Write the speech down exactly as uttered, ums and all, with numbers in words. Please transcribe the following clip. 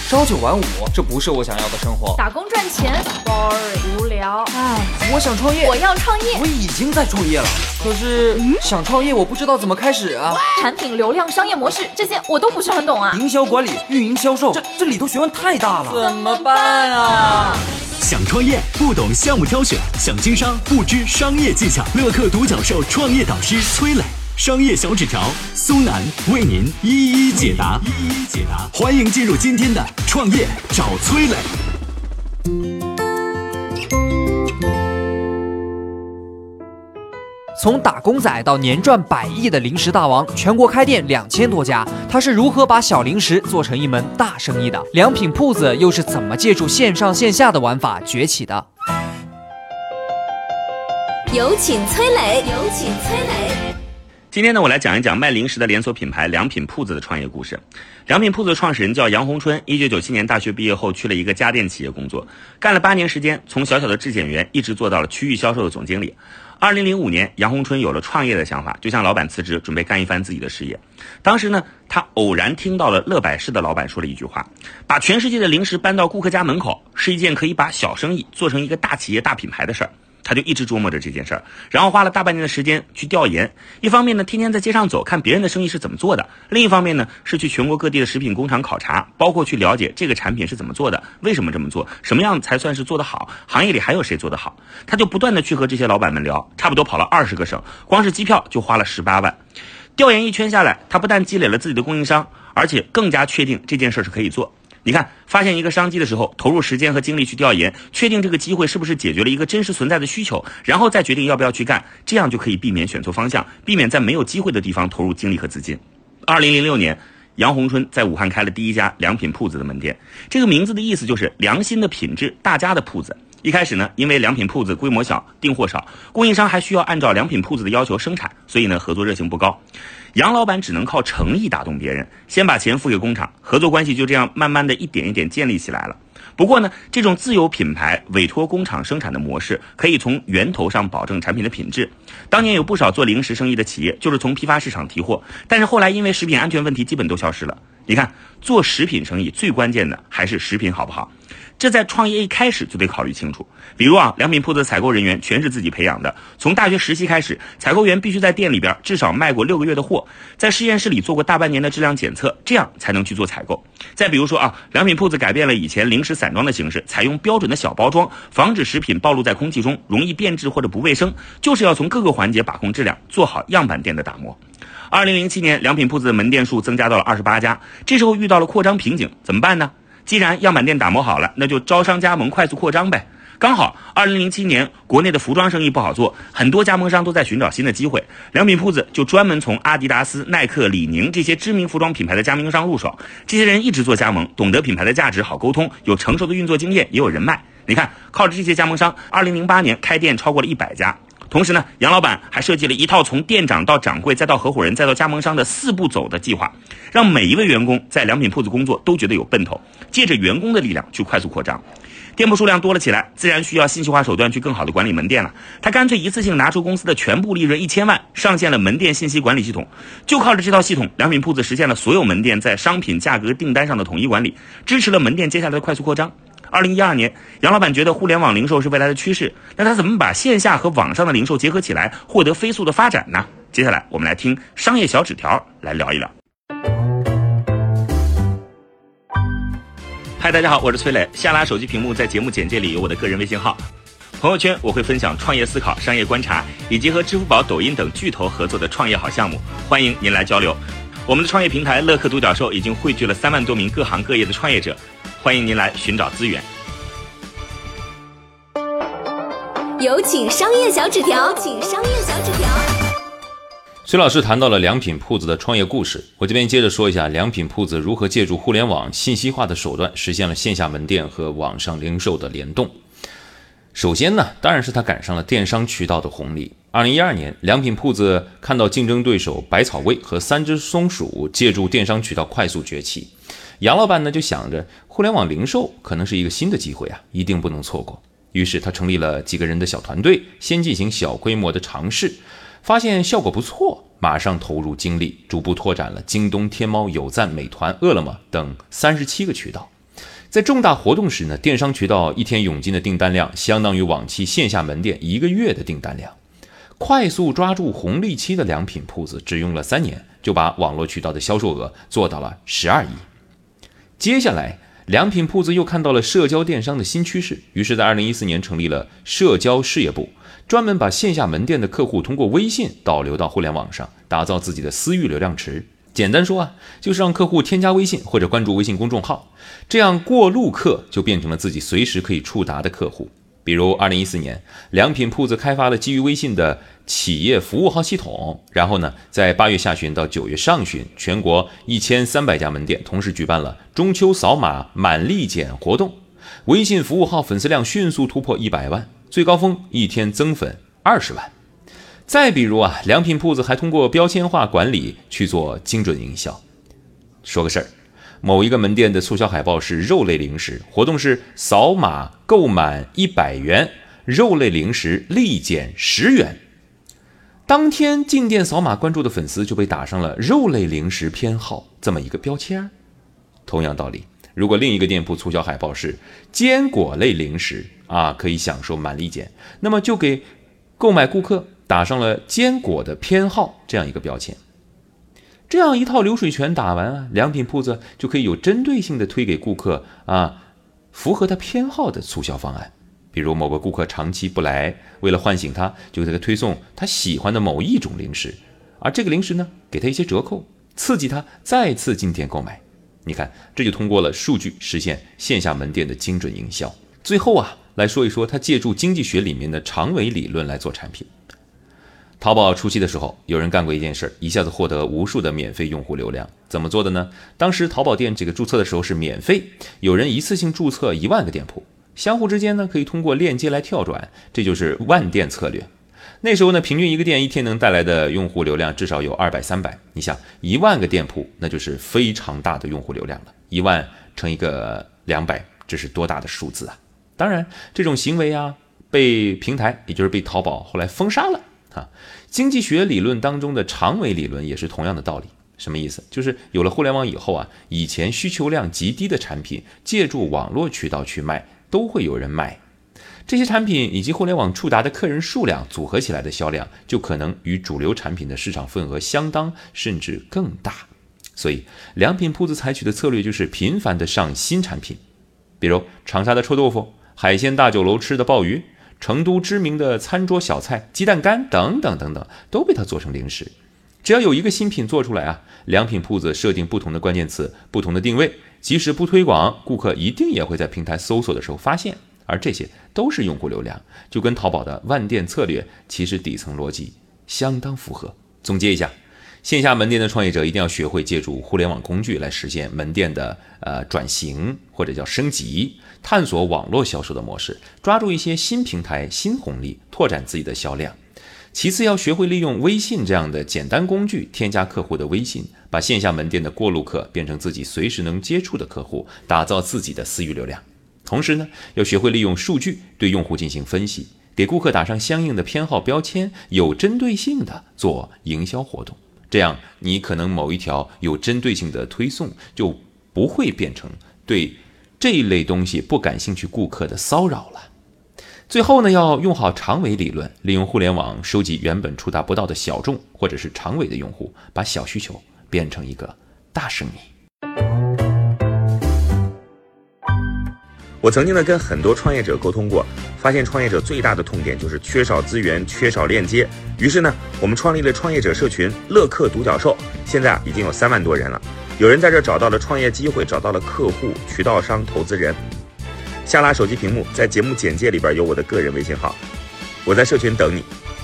朝九晚五，这不是我想要的生活。 打工赚钱 ，boring 无聊。 唉，我想创业， 我要创业。 我已经在创业了，可是、嗯、想创业我不知道怎么开始啊。 产品、流量、商业模式这些我都不是很懂啊。 营销管理、运营、销售，这这里头学问太大了，怎么办啊？ 想创业不懂项目挑选，想经商不知商业技巧。乐客独角兽创业导师崔磊，商业小纸条苏南为您一一解答，一一解答。欢迎进入今天的创业找崔磊。 从打工仔到年赚百亿的零食大王，全国开店两千多家，他是如何把小零食做成一门大生意的？良品铺子又是怎么借助线上线下的玩法崛起的？ 有请崔磊，有请崔磊。 今天呢，我来讲一讲卖零食的连锁品牌良品铺子的创业故事。良品铺子的创始人叫杨洪春，一九九七年大学毕业后去了一个家电企业工作，干了八年时间，从小小的质检员一直做到了区域销售的总经理。二零零五年，杨洪春有了创业的想法，就向老板辞职，准备干一番自己的事业。当时呢，他偶然听到了乐百氏的老板说了一句话：把全世界的零食搬到顾客家门口，是一件可以把小生意做成一个大企业大品牌的事儿。他就一直琢磨着这件事儿，然后花了大半年的时间去调研。一方面呢，天天在街上走，看别人的生意是怎么做的；另一方面呢，是去全国各地的食品工厂考察，包括去了解这个产品是怎么做的，为什么这么做，什么样才算是做得好，行业里还有谁做得好。他就不断的去和这些老板们聊，差不多跑了二十个省，光是机票就花了十八万。调研一圈下来，他不但积累了自己的供应商，而且更加确定这件事是可以做。你看，发现一个商机的时候，投入时间和精力去调研，确定这个机会是不是解决了一个真实存在的需求，然后再决定要不要去干，这样就可以避免选错方向，避免在没有机会的地方投入精力和资金。二零零六年，杨洪春在武汉开了第一家良品铺子的门店，这个名字的意思就是良心的品质，大家的铺子。一开始呢，因为良品铺子规模小，订货少，供应商还需要按照良品铺子的要求生产，所以呢，合作热情不高。杨老板只能靠诚意打动别人，先把钱付给工厂，合作关系就这样慢慢的一点一点建立起来了。不过呢，这种自有品牌委托工厂生产的模式，可以从源头上保证产品的品质。当年有不少做零食生意的企业，就是从批发市场提货，但是后来因为食品安全问题，基本都消失了。你看，做食品生意最关键的还是食品好不好，这在创业一开始就得考虑清楚。比如啊，良品铺子的采购人员全是自己培养的，从大学实习开始，采购员必须在店里边至少卖过六个月的货，在实验室里做过大半年的质量检测，这样才能去做采购。再比如说啊，良品铺子改变了以前零食散装的形式，采用标准的小包装，防止食品暴露在空气中，容易变质或者不卫生，就是要从各个环节把控质量，做好样板店的打磨。二零零七年，良品铺子的门店数增加到了二十八家，这时候遇到了扩张瓶颈，怎么办呢？既然样板店打磨好了，那就招商加盟，快速扩张呗。刚好二零零七年国内的服装生意不好做，很多加盟商都在寻找新的机会，良品铺子就专门从阿迪达斯、耐克、李宁这些知名服装品牌的加盟商入手。这些人一直做加盟，懂得品牌的价值，好沟通，有成熟的运作经验，也有人脉。你看，靠着这些加盟商，二零零八年开店超过了一百家。同时呢，杨老板还设计了一套从店长到掌柜再到合伙人再到加盟商的四步走的计划，让每一位员工在良品铺子工作都觉得有奔头，借着员工的力量去快速扩张。店铺数量多了起来，自然需要信息化手段去更好的管理门店了。他干脆一次性拿出公司的全部利润一千万，上线了门店信息管理系统。就靠着这套系统，良品铺子实现了所有门店在商品、价格、订单上的统一管理，支持了门店接下来的快速扩张。二零一二年，杨老板觉得互联网零售是未来的趋势，那他怎么把线下和网上的零售结合起来，获得飞速的发展呢？接下来我们来听商业小纸条来聊一聊。嗨，大家好，我是崔磊。下拉手机屏幕，在节目简介里有我的个人微信号。朋友圈我会分享创业思考、商业观察，以及和支付宝、抖音等巨头合作的创业好项目，欢迎您来交流。我们的创业平台乐客独角兽已经汇聚了三万多名各行各业的创业者，欢迎您来寻找资源。 有请商业小纸条，请商业小纸条。 崔老师谈到了良品铺子的创业故事，我这边接着说一下良品铺子如何借助互联网信息化的手段实现了线下门店和网上零售的联动。首先呢，当然是他赶上了电商渠道的红利。二零一二年，良品铺子看到竞争对手百草味和三只松鼠借助电商渠道快速崛起，杨老板呢就想着互联网零售可能是一个新的机会啊，一定不能错过。于是他成立了几个人的小团队，先进行小规模的尝试，发现效果不错，马上投入精力，逐步拓展了京东、天猫、有赞、美团、饿了么等三十七个渠道。 在重大活动时呢，电商渠道一天涌进的订单量相当于往期线下门店一个月的订单量。快速抓住红利期的良品铺子只用了三年，就把网络渠道的销售额做到了十二亿。接下来良品铺子又看到了社交电商的新趋势，于是在二零一四年成立了社交事业部，专门把线下门店的客户通过微信导流到互联网上，打造自己的私域流量池。简单说啊，就是让客户添加微信或者关注微信公众号，这样过路客就变成了自己随时可以触达的客户。比如二零一四年，良品铺子开发了基于微信的企业服务号系统，然后呢，在八月下旬到九月上旬，全国一千三百家门店同时举办了中秋扫码满立减活动，微信服务号粉丝量迅速突破一百万，最高峰一天增粉二十万。再比如啊，良品铺子还通过标签化管理去做精准营销。说个事儿，某一个门店的促销海报是肉类零食，活动是扫码购满一百元，肉类零食立减十元。当天进店扫码关注的粉丝就被打上了肉类零食偏好这么一个标签。同样道理，如果另一个店铺促销海报是坚果类零食啊，可以享受满立减，那么就给购买顾客打上了坚果的偏好这样一个标签。这样一套流水拳打完啊，良品铺子就可以有针对性的推给顾客啊，符合他偏好的促销方案。比如某个顾客长期不来，为了唤醒他，就给他推送他喜欢的某一种零食，而这个零食呢，给他一些折扣，刺激他再次进店购买。你看，这就通过了数据实现线下门店的精准营销。最后啊，来说一说他借助经济学里面的长尾理论来做产品。淘宝初期的时候，有人干过一件事，一下子获得无数的免费用户流量。怎么做的呢？当时淘宝店这个注册的时候是免费，有人一次性注册一万个店铺，相互之间呢可以通过链接来跳转，这就是万店策略。那时候呢，平均一个店一天能带来的用户流量至少有二百、三百。你想，一万个店铺，那就是非常大的用户流量了。一万乘一个两百，这是多大的数字啊！当然，这种行为啊，被平台，也就是被淘宝后来封杀了。啊，经济学理论当中的长尾理论也是同样的道理。什么意思？就是有了互联网以后啊，以前需求量极低的产品，借助网络渠道去卖，都会有人买。这些产品以及互联网触达的客人数量组合起来的销量，就可能与主流产品的市场份额相当，甚至更大。所以，良品铺子采取的策略就是频繁的上新产品，比如长沙的臭豆腐、海鲜大酒楼吃的鲍鱼、成都知名的餐桌小菜鸡蛋干等等等等，都被他做成零食。只要有一个新品做出来啊，良品铺子设定不同的关键词，不同的定位，即使不推广，顾客一定也会在平台搜索的时候发现，而这些都是用户流量，就跟淘宝的万店策略其实底层逻辑相当符合。总结一下，线下门店的创业者一定要学会借助互联网工具来实现门店的呃转型或者叫升级，探索网络销售的模式，抓住一些新平台、新红利，拓展自己的销量。其次要学会利用微信这样的简单工具，添加客户的微信，把线下门店的过路客变成自己随时能接触的客户，打造自己的私域流量。同时呢，要学会利用数据对用户进行分析，给顾客打上相应的偏好标签，有针对性的做营销活动。这样你可能某一条有针对性的推送就不会变成对这一类东西不感兴趣顾客的骚扰了。最后呢，要用好长尾理论，利用互联网收集原本触达不到的小众或者是长尾的用户，把小需求变成一个大生意。 我曾经呢跟很多创业者沟通过，发现创业者最大的痛点就是缺少资源，缺少链接。于是呢，我们创立了创业者社群乐客独角兽，现在啊已经有三万多人了。有人在这找到了创业机会，找到了客户、渠道商、投资人。下拉手机屏幕，在节目简介里边有我的个人微信号，我在社群等你。